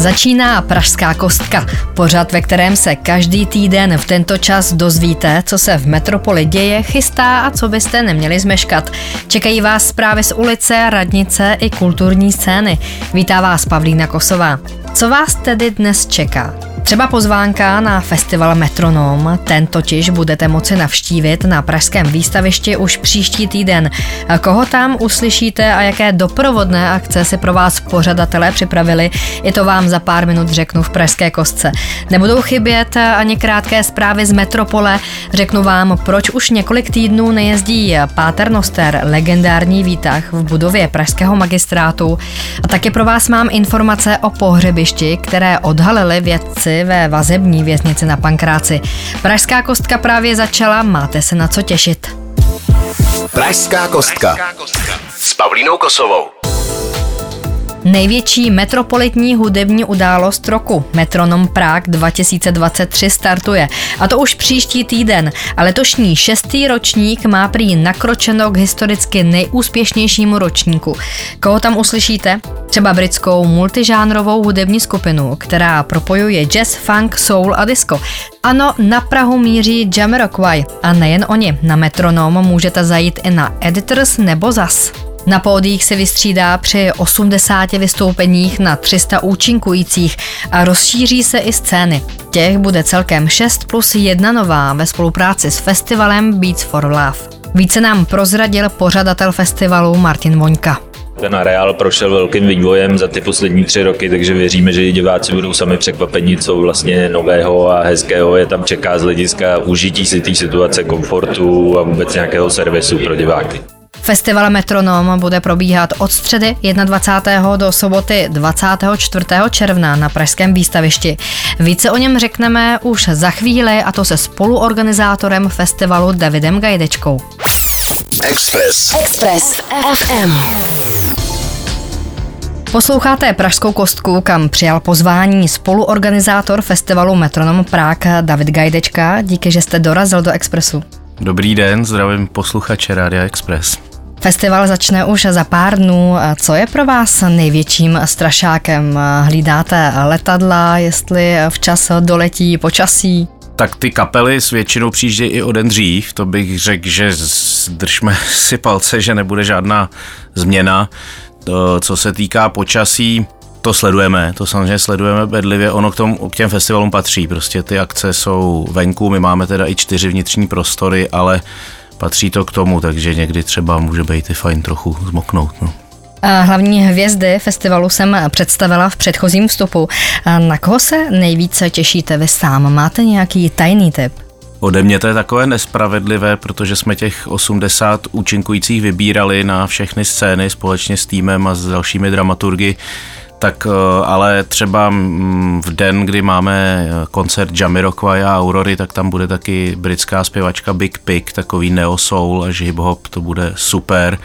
Začíná Pražská kostka, pořad, ve kterém se každý týden v tento čas dozvíte, co se v metropoli děje, chystá a co byste neměli zmeškat. Čekají vás zprávy z ulice, radnice i kulturní scény. Vítá vás Pavlína Kosová. Co vás tedy dnes čeká? Třeba pozvánka na festival Metronom, ten totiž budete moci navštívit na pražském výstavišti už příští týden. Koho tam uslyšíte a jaké doprovodné akce si pro vás pořadatelé připravili, i to vám za pár minut řeknu v Pražské kostce. Nebudou chybět ani krátké zprávy z metropole, řeknu vám, proč už několik týdnů nejezdí Paternoster, legendární výtah v budově pražského magistrátu. A taky pro vás mám informace o pohřebišti, které odhalili vědci ve vazební věznici na Pankráci. Pražská kostka právě začala, máte se na co těšit. Pražská kostka s Pavlínou Kosovou. Největší metropolitní hudební událost roku Metronom Prague 2023 startuje. A to už příští týden. A letošní 6. ročník má prý nakročeno k historicky nejúspěšnějšímu ročníku. Koho tam uslyšíte? Třeba britskou multižánrovou hudební skupinu, která propojuje jazz, funk, soul a disco. Ano, na Prahu míří Jamiroquai. A nejen oni. Na Metronom můžete zajít i na Editors nebo ZAS. Na pódiích se vystřídá při 80 vystoupeních na 300 účinkujících a rozšíří se i scény. Těch bude celkem 6 plus 1 nová ve spolupráci s festivalem Beats for Love. Více nám prozradil pořadatel festivalu Martin Voňka. Ten areál prošel velkým vývojem za ty poslední 3 roky, takže věříme, že i diváci budou sami překvapení, co vlastně nového a hezkého je tam čeká z hlediska užití si té situace, komfortu a vůbec nějakého servisu pro diváky. Festival Metronom bude probíhat od středy 21. do soboty 24. června na pražském výstavišti. Více o něm řekneme už za chvíli, a to se spoluorganizátorem festivalu Davidem Gajdečkou. Express FM. Posloucháte Pražskou kostku, kam přijal pozvání spoluorganizátor festivalu Metronom Prague David Gajdečka. Díky, že jste dorazil do Expressu. Dobrý den, zdravím posluchače Rádia Express. Festival začne už za pár dnů. Co je pro vás největším strašákem? Hlídáte letadla, jestli včas doletí počasí? Tak ty kapely s většinou přijíždějí i o den dřív, to bych řekl, že držme si palce, že nebude žádná změna. Co se týká počasí, to samozřejmě sledujeme bedlivě, ono k těm festivalům patří, prostě ty akce jsou venku, my máme teda i 4 vnitřní prostory, ale patří to k tomu, takže někdy třeba může být i fajn trochu zmoknout. No. Hlavní hvězdy festivalu jsem představila v předchozím vstupu. Na koho se nejvíce těšíte vy sám? Máte nějaký tajný tip? Ode mě to je takové nespravedlivé, protože jsme těch 80 účinkujících vybírali na všechny scény společně s týmem a s dalšími dramaturgy. Tak ale třeba v den, kdy máme koncert Jamiroquai a Aurory, tak tam bude taky britská zpěvačka Big Pig, takový neo-soul až hip-hop, to bude super.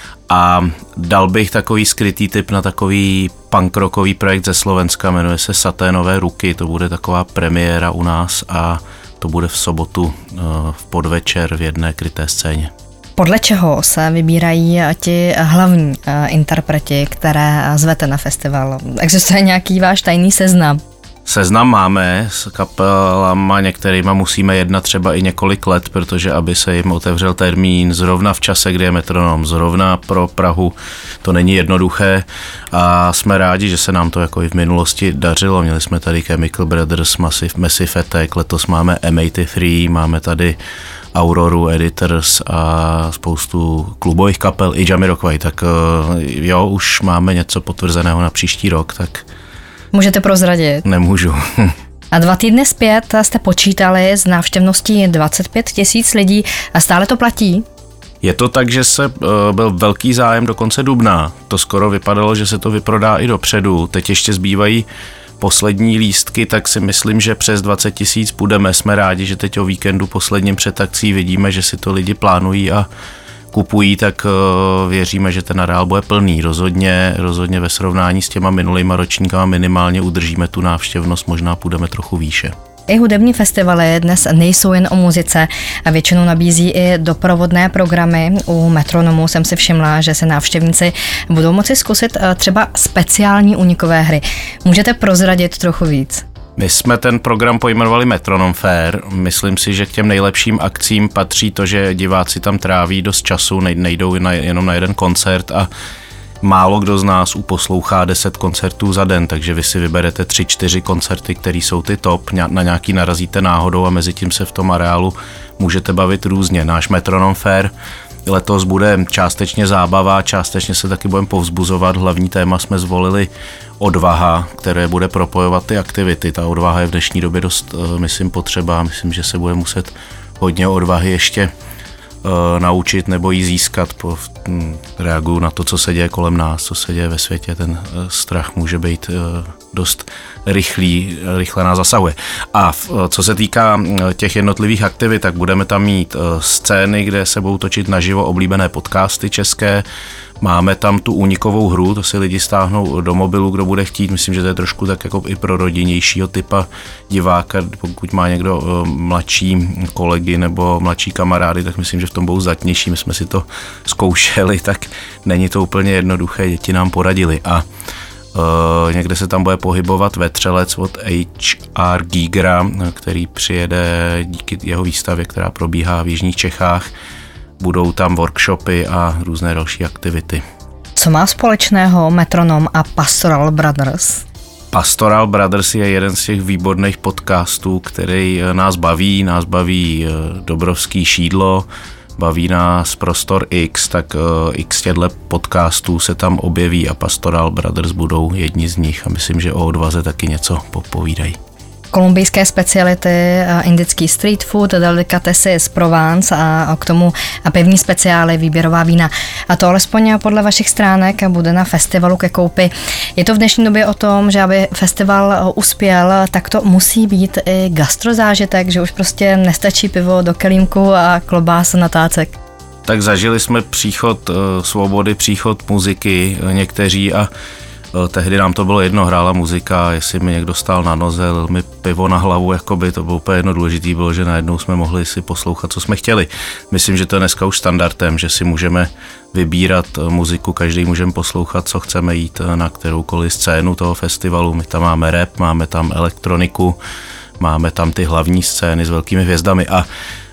A dal bych takový skrytý tip na takový punk rockový projekt ze Slovenska, jmenuje se Saténové ruky, to bude taková premiéra u nás a to bude v sobotu v podvečer v jedné kryté scéně. Podle čeho se vybírají ti hlavní interpreti, které zvete na festival? Existuje nějaký váš tajný seznam? Seznam máme s kapelama, některýma musíme jednat třeba i několik let, protože aby se jim otevřel termín zrovna v čase, kdy je Metronom, zrovna pro Prahu, to není jednoduché a jsme rádi, že se nám to jako i v minulosti dařilo. Měli jsme tady Chemical Brothers, Massive Attack, letos máme M83, máme tady Auroru, Editors a spoustu klubových kapel i Jamiroquai, tak jo, už máme něco potvrzeného na příští rok, tak můžete prozradit? Nemůžu. A 2 týdny zpět jste počítali s návštěvností 25 000 lidí a stále to platí? Je to tak, že byl velký zájem do konce dubna. To skoro vypadalo, že se to vyprodá i dopředu. Teď ještě zbývají poslední lístky, tak si myslím, že přes 20 000 půjdeme. Jsme rádi, že teď o víkendu posledním před akcí vidíme, že si to lidi plánují a kupují, tak věříme, že ten areál bude plný. Rozhodně ve srovnání s těma minulýma ročníkama minimálně udržíme tu návštěvnost, možná půjdeme trochu výše. I hudební festivaly dnes nejsou jen o muzice a většinou nabízí i doprovodné programy. U Metronomu jsem si všimla, že se návštěvníci budou moci zkusit třeba speciální únikové hry. Můžete prozradit trochu víc? My jsme ten program pojmenovali Metronom Fair. Myslím si, že k těm nejlepším akcím patří to, že diváci tam tráví dost času, nejdou jenom na jeden koncert a málo kdo z nás uposlouchá 10 koncertů za den, takže vy si vyberete 3-4 koncerty, které jsou ty top, na nějaký narazíte náhodou a mezi tím se v tom areálu můžete bavit různě. Náš Metronom Fair letos bude částečně zábava, částečně se taky budeme povzbuzovat. Hlavní téma jsme zvolili odvaha, které bude propojovat ty aktivity. Ta odvaha je v dnešní době dost, myslím, potřeba. Myslím, že se bude muset hodně odvahy ještě naučit nebo ji získat. Reaguju na to, co se děje kolem nás, co se děje ve světě. Ten strach může být dost rychle nás zasahuje. A co se týká těch jednotlivých aktivit, tak budeme tam mít scény, kde se budou točit naživo oblíbené podcasty české. Máme tam tu únikovou hru, to si lidi stáhnou do mobilu, kdo bude chtít. Myslím, že to je trošku tak jako i pro rodinnějšího typa diváka. Pokud má někdo mladší kolegy nebo mladší kamarády, tak myslím, že v tom budou zdatnější. My jsme si to zkoušeli, tak není to úplně jednoduché, děti nám poradili. A někde se tam bude pohybovat vetřelec od HR Gigra, který přijede díky jeho výstavě, která probíhá v jižních Čechách. Budou tam workshopy a různé další aktivity. Co má společného Metronom a Pastoral Brothers? Pastoral Brothers je jeden z těch výborných podcastů, který nás baví Dobrovský šídlo, baví nás Prostor X, tak x těchto podcastů se tam objeví a Pastoral Brothers budou jedni z nich a myslím, že o odvaze taky něco popovídají. Kolumbijské speciality, indický street food, delikatesy z Provence a k tomu pivní speciály, výběrová vína. A to alespoň podle vašich stránek bude na festivalu ke koupi. Je to v dnešní době o tom, že aby festival uspěl, tak to musí být i gastrozážitek, že už prostě nestačí pivo do kelímku a klobása na tácek. Tak zažili jsme příchod svobody, příchod muziky někteří a tehdy nám to bylo jedno, hrála muzika, jestli mi někdo stál na noze, lil mi pivo na hlavu, jakoby to bylo úplně jedno, důležitý bylo, že najednou jsme mohli si poslouchat, co jsme chtěli. Myslím, že to je dneska už standardem, že si můžeme vybírat muziku, každý můžeme poslouchat, co chceme, jít na kteroukoliv scénu toho festivalu. My tam máme rap, máme tam elektroniku, máme tam ty hlavní scény s velkými hvězdami a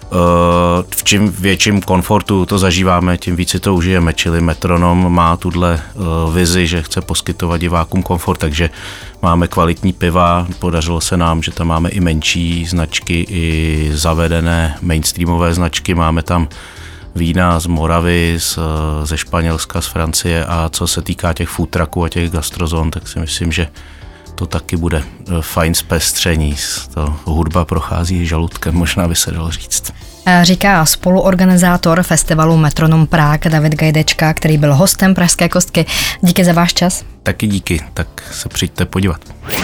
v čím větším komfortu to zažíváme, tím víc si to užijeme, čili Metronom má tuhle vizi, že chce poskytovat divákům komfort, takže máme kvalitní piva, podařilo se nám, že tam máme i menší značky, i zavedené mainstreamové značky, máme tam vína z Moravy, ze Španělska, z Francie a co se týká těch food trucků a těch gastrozón, tak si myslím, že to taky bude fajn zpestření. To hudba prochází žaludkem, možná by se dalo říct. Říká spoluorganizátor festivalu Metronom Prague David Gajdečka, který byl hostem Pražské kostky. Díky za váš čas. Taky díky, tak se přijďte podívat.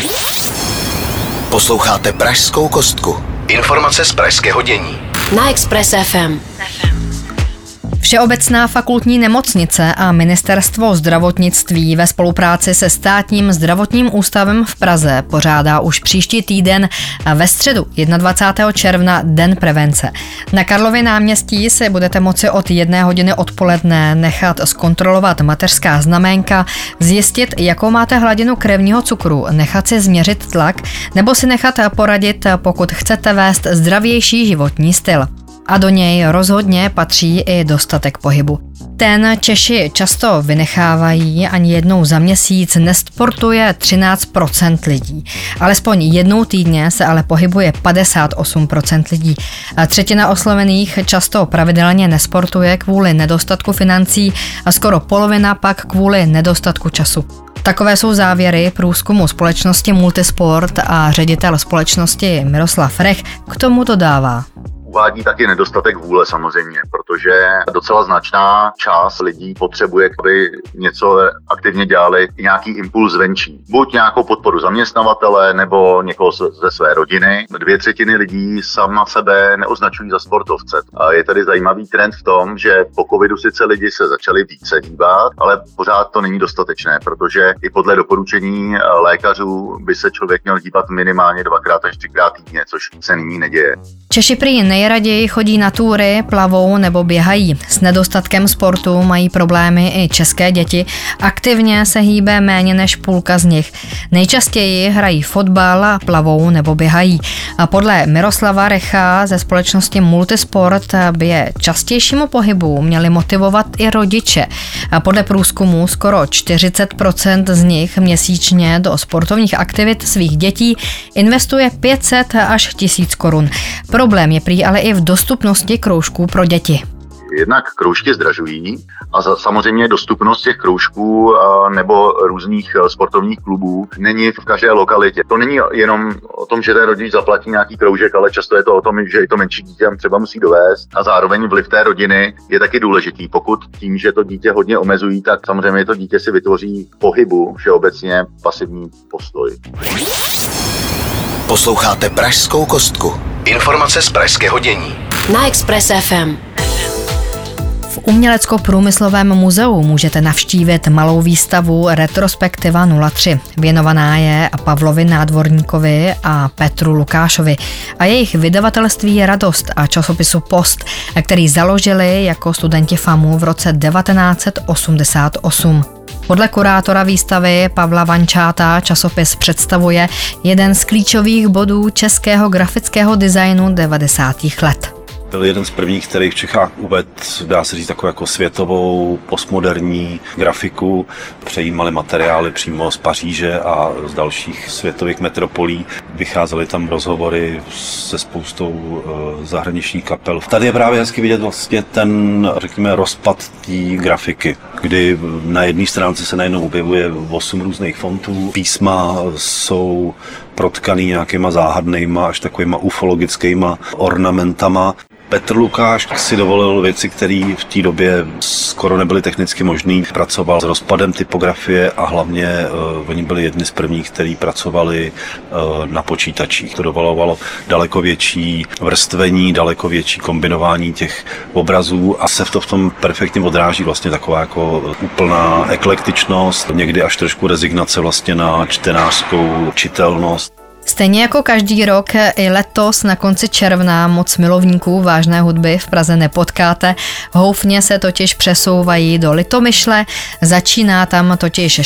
Posloucháte Pražskou kostku. Informace z pražského dění. Na Express FM. Všeobecná fakultní nemocnice a Ministerstvo zdravotnictví ve spolupráci se Státním zdravotním ústavem v Praze pořádá už příští týden ve středu 21. června Den prevence. Na Karlově náměstí si budete moci od 1 hodiny odpoledne nechat zkontrolovat mateřská znaménka, zjistit, jakou máte hladinu krevního cukru, nechat si změřit tlak nebo si nechat poradit, pokud chcete vést zdravější životní styl. A do něj rozhodně patří i dostatek pohybu. Ten Češi často vynechávají, ani jednou za měsíc nesportuje 13% lidí. Alespoň jednou týdně se ale pohybuje 58% lidí. A třetina oslovených často pravidelně nesportuje kvůli nedostatku financí a skoro polovina pak kvůli nedostatku času. Takové jsou závěry průzkumu společnosti Multisport a ředitel společnosti Miroslav Rech k tomu dodává. Uvádí taky nedostatek vůle samozřejmě, protože protože docela značná část lidí potřebuje, aby něco aktivně dělali, i nějaký impuls zvenčí. Buď nějakou podporu zaměstnavatele nebo někoho ze své rodiny. 2/3 lidí sama sebe neoznačují za sportovce. A je tady zajímavý trend v tom, že po covidu sice lidi se začali více dívat, ale pořád to není dostatečné, protože i podle doporučení lékařů by se člověk měl dívat minimálně 2x až 3x týdně, což se nyní neděje. Češi prý nejraději chodí na túry, plavou nebo běhají. S nedostatkem sportu mají problémy i české děti. Aktivně se hýbe méně než půlka z nich. Nejčastěji hrají fotbal, plavou nebo běhají. A podle Miroslava Recha ze společnosti Multisport by je častějšímu pohybu měli motivovat i rodiče. A podle průzkumu skoro 40% z nich měsíčně do sportovních aktivit svých dětí investuje 500 až 1000 korun. Problém je prý ale i v dostupnosti kroužků pro děti. Jednak kroužky zdražují a samozřejmě dostupnost těch kroužků nebo různých sportovních klubů není v každé lokalitě. To není jenom o tom, že ten rodič zaplatí nějaký kroužek, ale často je to o tom, že i to menší dítě třeba musí dovést a zároveň vliv té rodiny je taky důležitý. Pokud tím, že to dítě hodně omezují, tak samozřejmě to dítě si vytvoří pohybu všeobecně pasivní postoj. Posloucháte Pražskou kostku. Informace z pražského dění. Na Express FM. V Umělecko-průmyslovém muzeu můžete navštívit malou výstavu Retrospektiva 03. Věnovaná je Pavlovi Nádvorníkovi a Petru Lukášovi a jejich vydavatelství je Radost a časopisu Post, který založili jako studenti FAMu v roce 1988. Podle kurátora výstavy Pavla Vančáta časopis představuje jeden z klíčových bodů českého grafického designu 90. let. Byl jeden z prvních, který v Čechách uvedl, dá se říct, takovou jako světovou postmoderní grafiku. Přejímali materiály přímo z Paříže a z dalších světových metropolí. Vycházely tam rozhovory se spoustou zahraničních kapel. Tady je právě hezky vidět vlastně ten, řekněme, rozpad té grafiky, kdy na jedné stránce se najednou objevuje 8 různých fontů. Písma jsou protkaný nějakýma záhadnýma až takovýma ufologickýma ornamentama. Petr Lukáš si dovolil věci, které v té době skoro nebyly technicky možné. Pracoval s rozpadem typografie a hlavně oni byli jedni z prvních, kteří pracovali na počítačích. To dovolovalo daleko větší vrstvení, daleko větší kombinování těch obrazů a se v tom perfektně odráží vlastně taková jako úplná eklektičnost, někdy až trošku rezignace vlastně na čtenářskou čitelnost. Stejně jako každý rok, i letos na konci června moc milovníků vážné hudby v Praze nepotkáte. Houfně se totiž přesouvají do Litomyšle. Začíná tam totiž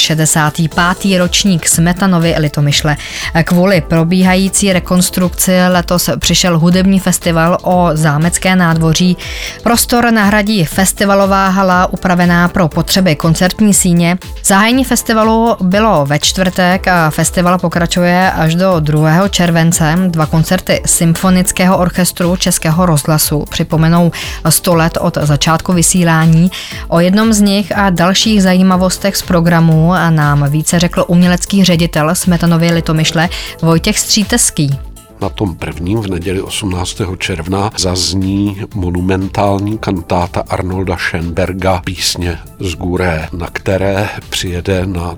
65. ročník Smetanovy Litomyšle. Kvůli probíhající rekonstrukci letos přišel hudební festival o Zámecké nádvoří. Prostor nahradí festivalová hala upravená pro potřeby koncertní síně. Zahájení festivalu bylo ve čtvrtek a festival pokračuje až do 2. července. 2 koncerty Symfonického orchestru Českého rozhlasu připomenou 100 let od začátku vysílání. O jednom z nich a dalších zajímavostech z programu nám více řekl umělecký ředitel Smetanovy Litomyšle Vojtěch Stříteský. Na tom prvním v neděli 18. června zazní monumentální kantáta Arnolda Schönberga Písně z Guré, na které přijede na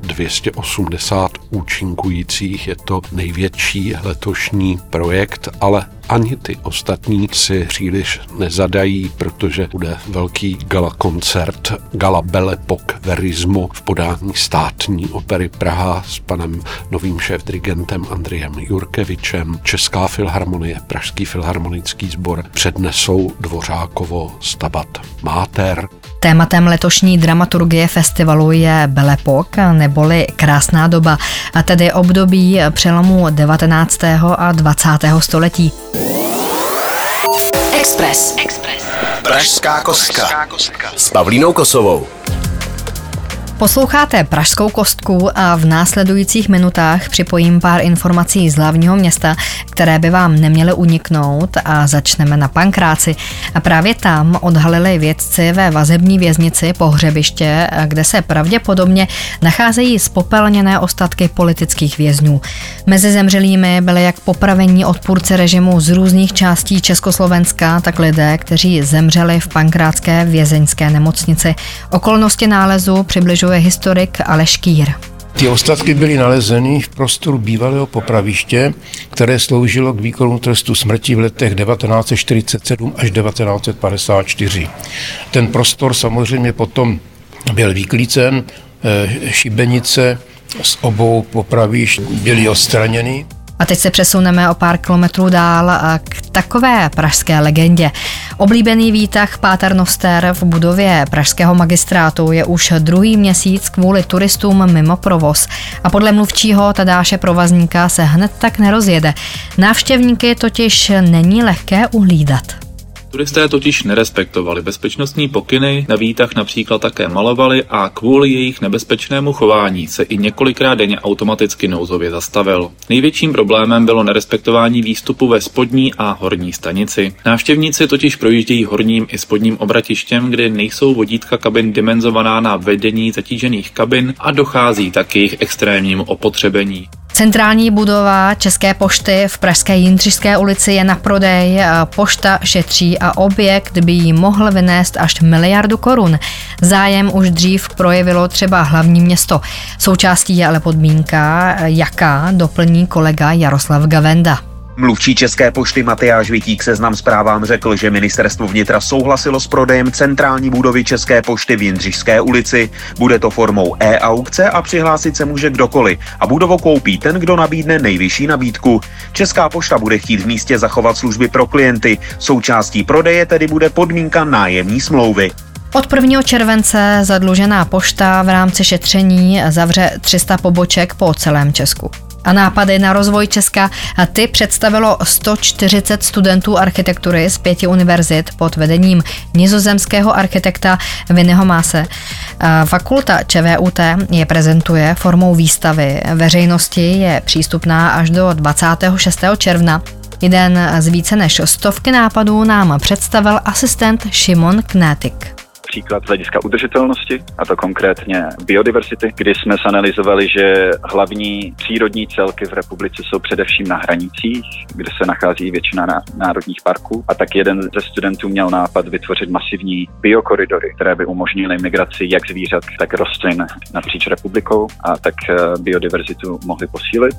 280 účinkujících. Je to největší letošní projekt, ale ani ty ostatní si příliš nezadají, protože bude velký gala koncert Gala Belle Époque Verismo v podání Státní opery Praha s panem novým šéfdirigentem Andrejem Jurkevičem. Česká filharmonie, Pražský filharmonický sbor přednesou Dvořákovo Stabat Mater. Tématem letošní dramaturgie festivalu je Belle Époque, neboli krásná doba, a tedy období přelomu 19. a 20. století. Express. Pražská kostka s Pavlínou Kosovou. Posloucháte Pražskou kostku a v následujících minutách připojím pár informací z hlavního města, které by vám neměly uniknout, a začneme na Pankráci. A právě tam odhalili vědci ve vazební věznici pohřebiště, kde se pravděpodobně nacházejí zpopelněné ostatky politických vězňů. Mezi zemřelými byli jak popravení odpůrci režimu z různých částí Československa, tak lidé, kteří zemřeli v pankrátské vězeňské nemocnici. Okolnosti nálezu přibližuje historik Aleš Kýr. Ty ostatky byly nalezeny v prostoru bývalého popraviště, které sloužilo k výkonu trestu smrti v letech 1947 až 1954. Ten prostor samozřejmě potom byl vyklícen, šibenice z obou popravišť byly odstraněny. A teď se přesuneme o pár kilometrů dál k takové pražské legendě. Oblíbený výtah Paternoster v budově pražského magistrátu je už druhý měsíc kvůli turistům mimo provoz. A podle mluvčího Tadáše Provazníka se hned tak nerozjede. Návštěvníky totiž není lehké uhlídat. Turisté totiž nerespektovali bezpečnostní pokyny, na výtah například také malovali a kvůli jejich nebezpečnému chování se i několikrát denně automaticky nouzově zastavil. Největším problémem bylo nerespektování výstupu ve spodní a horní stanici. Návštěvníci totiž projíždějí horním i spodním obratištěm, kde nejsou vodítka kabin dimenzovaná na vedení zatížených kabin a dochází tak k jejich extrémnímu opotřebení. Centrální budova České pošty v pražské Jindřišské ulici je na prodej. Pošta šetří a objekt by jí mohl vynést až 1 miliardu korun. Zájem už dřív projevilo třeba hlavní město. Součástí je ale podmínka, jaká doplní kolega Jaroslav Gavenda. Mluvčí České pošty Matyáš Vitík Seznam Zprávám řekl, že ministerstvo vnitra souhlasilo s prodejem centrální budovy České pošty v Jindřišské ulici. Bude to formou e-aukce a přihlásit se může kdokoliv a budovu koupí ten, kdo nabídne nejvyšší nabídku. Česká pošta bude chtít v místě zachovat služby pro klienty. Součástí prodeje tedy bude podmínka nájemní smlouvy. Od 1. července zadlužená pošta v rámci šetření zavře 300 poboček po celém Česku. A nápady na rozvoj Česka ty představilo 140 studentů architektury z 5 univerzit pod vedením nizozemského architekta Vinnyho Maase. Fakulta ČVUT je prezentuje formou výstavy. Veřejnosti je přístupná až do 26. června. Jeden z více než 100 nápadů nám představil asistent Šimon Knétik. Příklad z hlediska udržitelnosti, a to konkrétně biodiverzity, kdy jsme zanalyzovali, že hlavní přírodní celky v republice jsou především na hranicích, kde se nachází většina národních parků. A tak jeden ze studentů měl nápad vytvořit masivní biokoridory, které by umožnily migraci jak zvířat, tak rostlin napříč republikou a tak biodiverzitu mohli posílit.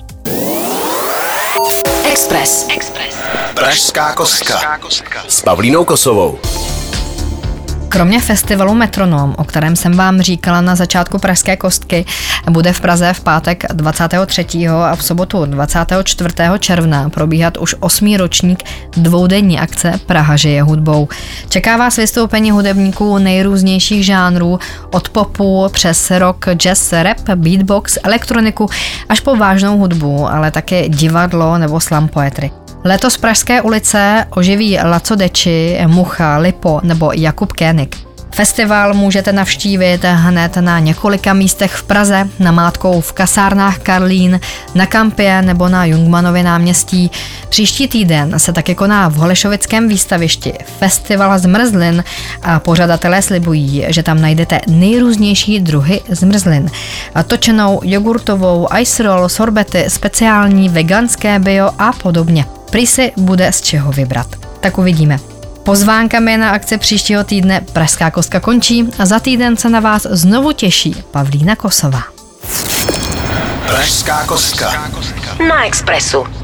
Express. Pražská kostka s Pavlínou Kosovou. Kromě festivalu Metronom, o kterém jsem vám říkala na začátku Pražské kostky, bude v Praze v pátek 23. a v sobotu 24. června probíhat už 8. ročník dvoudenní akce Praha žije hudbou. Čeká vás vystoupení hudebníků nejrůznějších žánrů, od popu přes rock, jazz, rap, beatbox, elektroniku až po vážnou hudbu, ale také divadlo nebo slam poetry. Letos Pražské ulice oživí Laco Deči, Mucha, Lipo nebo Jakub Kénik. Festival můžete navštívit hned na několika místech v Praze, namátkou v kasárnách Karlín, na Kampě nebo na Jungmanově náměstí. Příští týden se taky koná v Holešovickém výstavišti Festival zmrzlin a pořadatelé slibují, že tam najdete nejrůznější druhy zmrzlin. A točenou, jogurtovou, ice roll, sorbety, speciální, veganské, bio a podobně. Prý si bude z čeho vybrat. Tak uvidíme. Pozvánkami na akci příštího týdne Pražská kostka končí a za týden se na vás znovu těší Pavlína Kosová. Pražská kostka na Expressu.